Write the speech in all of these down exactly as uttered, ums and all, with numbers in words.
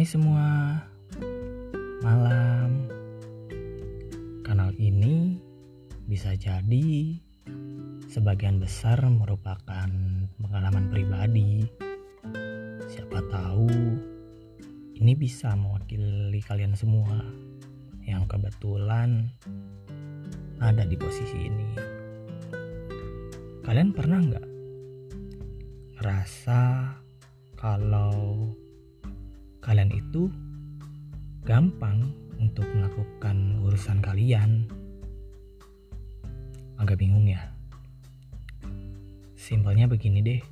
Hai semua, malam. Kanal ini bisa jadi sebagian besar merupakan pengalaman pribadi. Siapa tahu ini bisa mewakili kalian semua yang kebetulan ada di posisi ini. Kalian pernah nggak ngerasa kalau kalian itu gampang untuk melakukan urusan kalian? Agak bingung ya? Simpelnya begini deh.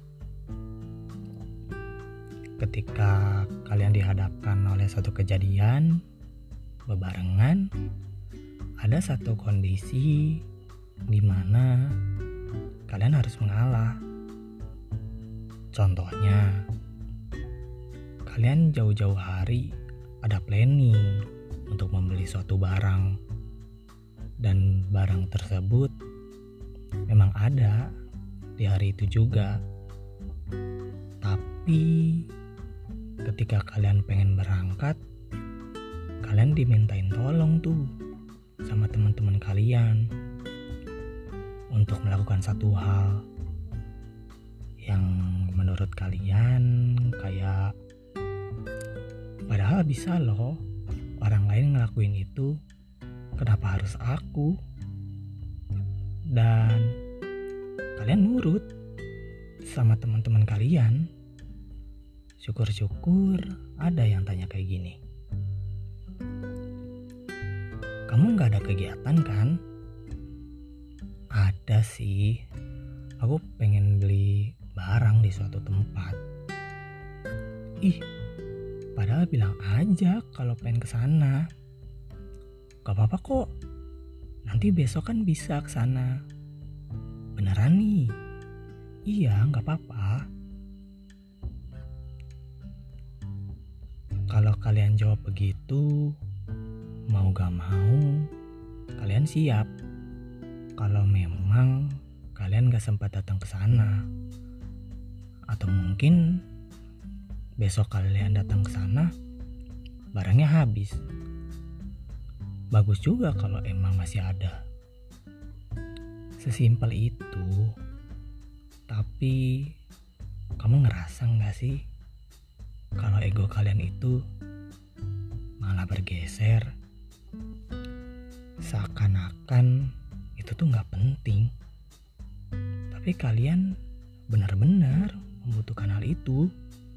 Ketika kalian dihadapkan oleh suatu kejadian bebarengan, ada satu kondisi di mana kalian harus mengalah. Contohnya, kalian jauh-jauh hari ada planning untuk membeli suatu barang, dan barang tersebut memang ada di hari itu juga. Tapi ketika kalian pengen berangkat, kalian dimintain tolong tuh sama teman-teman kalian untuk melakukan satu hal yang menurut kalian kayak, padahal bisa loh orang lain ngelakuin itu, kenapa harus aku? Dan kalian nurut sama teman-teman kalian. Syukur-syukur ada yang tanya kayak gini, kamu gak ada kegiatan kan? Ada sih, aku pengen beli barang di suatu tempat. Ih, padahal bilang aja kalau pengen kesana. Gak apa-apa kok, nanti besok kan bisa kesana. Beneran nih? Iya, gak apa-apa. Kalau kalian jawab begitu, mau gak mau, kalian siap. Kalau memang kalian gak sempat datang ke sana, atau mungkin besok kalian datang ke sana, barangnya habis. Bagus juga kalau emang masih ada. Sesimpel itu. Tapi kamu ngerasa gak sih kalau ego kalian itu malah bergeser, seakan-akan itu tuh gak penting, tapi kalian benar-benar membutuhkan hal itu.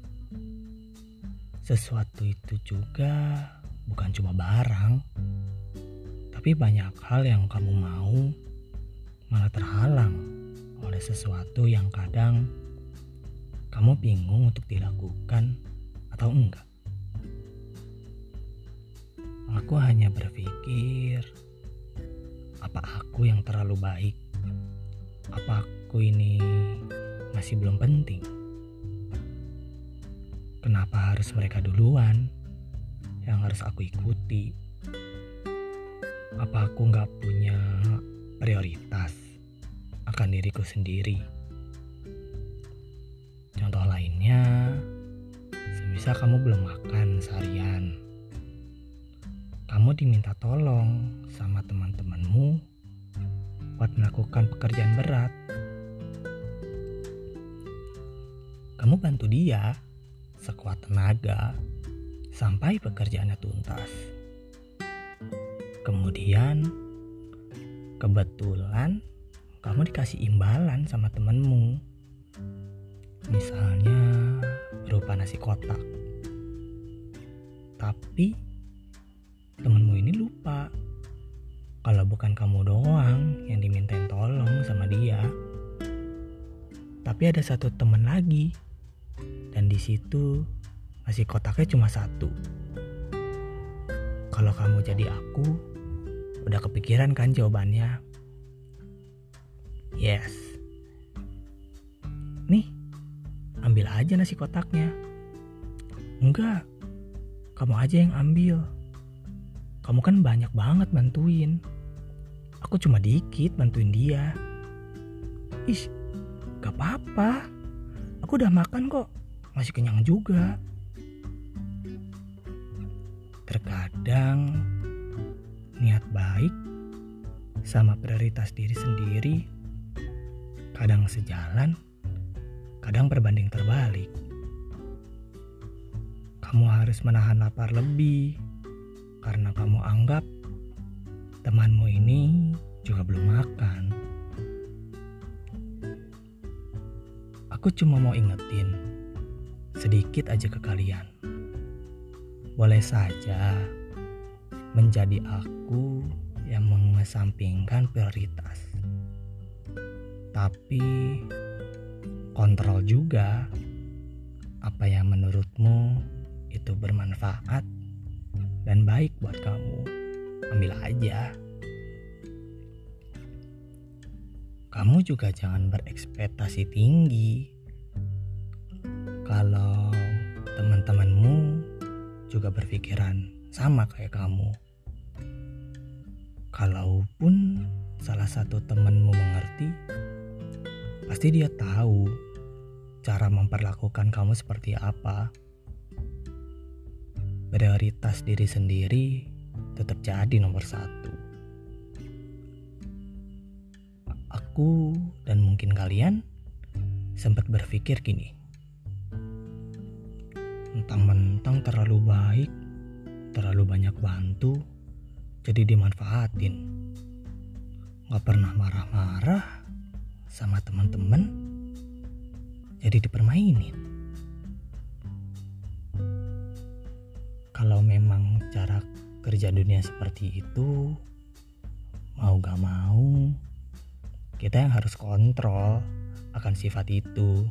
Sesuatu itu juga bukan cuma barang, tapi banyak hal yang kamu mau malah terhalang oleh sesuatu yang kadang kamu bingung untuk dilakukan atau enggak. Aku hanya berpikir, apa aku yang terlalu baik? Apa aku ini masih belum penting? Kenapa harus mereka duluan yang harus aku ikuti? Apa aku gak punya prioritas akan diriku sendiri? Contoh lainnya, semisal kamu belum makan seharian, kamu diminta tolong sama teman-temanmu buat melakukan pekerjaan berat. Kamu bantu dia sekuat tenaga sampai pekerjaannya tuntas. Kemudian kebetulan kamu dikasih imbalan sama temenmu, misalnya berupa nasi kotak. Tapi temenmu ini lupa kalau bukan kamu doang yang dimintain tolong sama dia, tapi ada satu temen lagi, dan di situ nasi kotaknya cuma satu. Kalau kamu jadi aku, udah kepikiran kan jawabannya? Yes. Nih, ambil aja nasi kotaknya. Enggak, kamu aja yang ambil. Kamu kan banyak banget bantuin. Aku cuma dikit bantuin dia. Ih, gak apa-apa. Aku udah makan kok, masih kenyang juga. terkadang niat baik sama prioritas diri sendiri kadang sejalan, kadang berbanding terbalik. Kamu harus menahan lapar lebih karena kamu anggap temanmu ini juga belum makan. Aku cuma mau ingetin sedikit aja ke kalian. Boleh saja menjadi aku yang mengesampingkan prioritas. Tapi kontrol juga apa yang menurutmu itu bermanfaat dan baik buat kamu. Ambil aja. Kamu juga jangan berekspektasi tinggi kalau teman-temanmu juga berpikiran sama kayak kamu. Kalaupun salah satu temanmu mengerti, pasti dia tahu cara memperlakukan kamu seperti apa. Prioritas diri sendiri tetap jadi nomor satu. Aku dan mungkin kalian sempat berpikir gini, mentang-mentang terlalu baik, terlalu banyak bantu, jadi dimanfaatin. Gak pernah marah-marah sama teman-teman, jadi dipermainin. Kalau memang cara kerja dunia seperti itu, mau gak mau, kita yang harus kontrol akan sifat itu.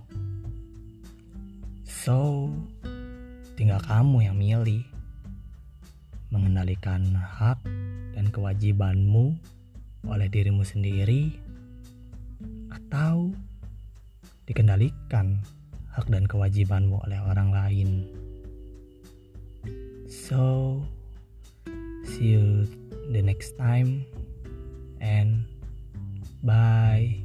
So, tinggal kamu yang milih mengendalikan hak dan kewajibanmu oleh dirimu sendiri, atau dikendalikan hak dan kewajibanmu oleh orang lain. So, see you the next time and bye.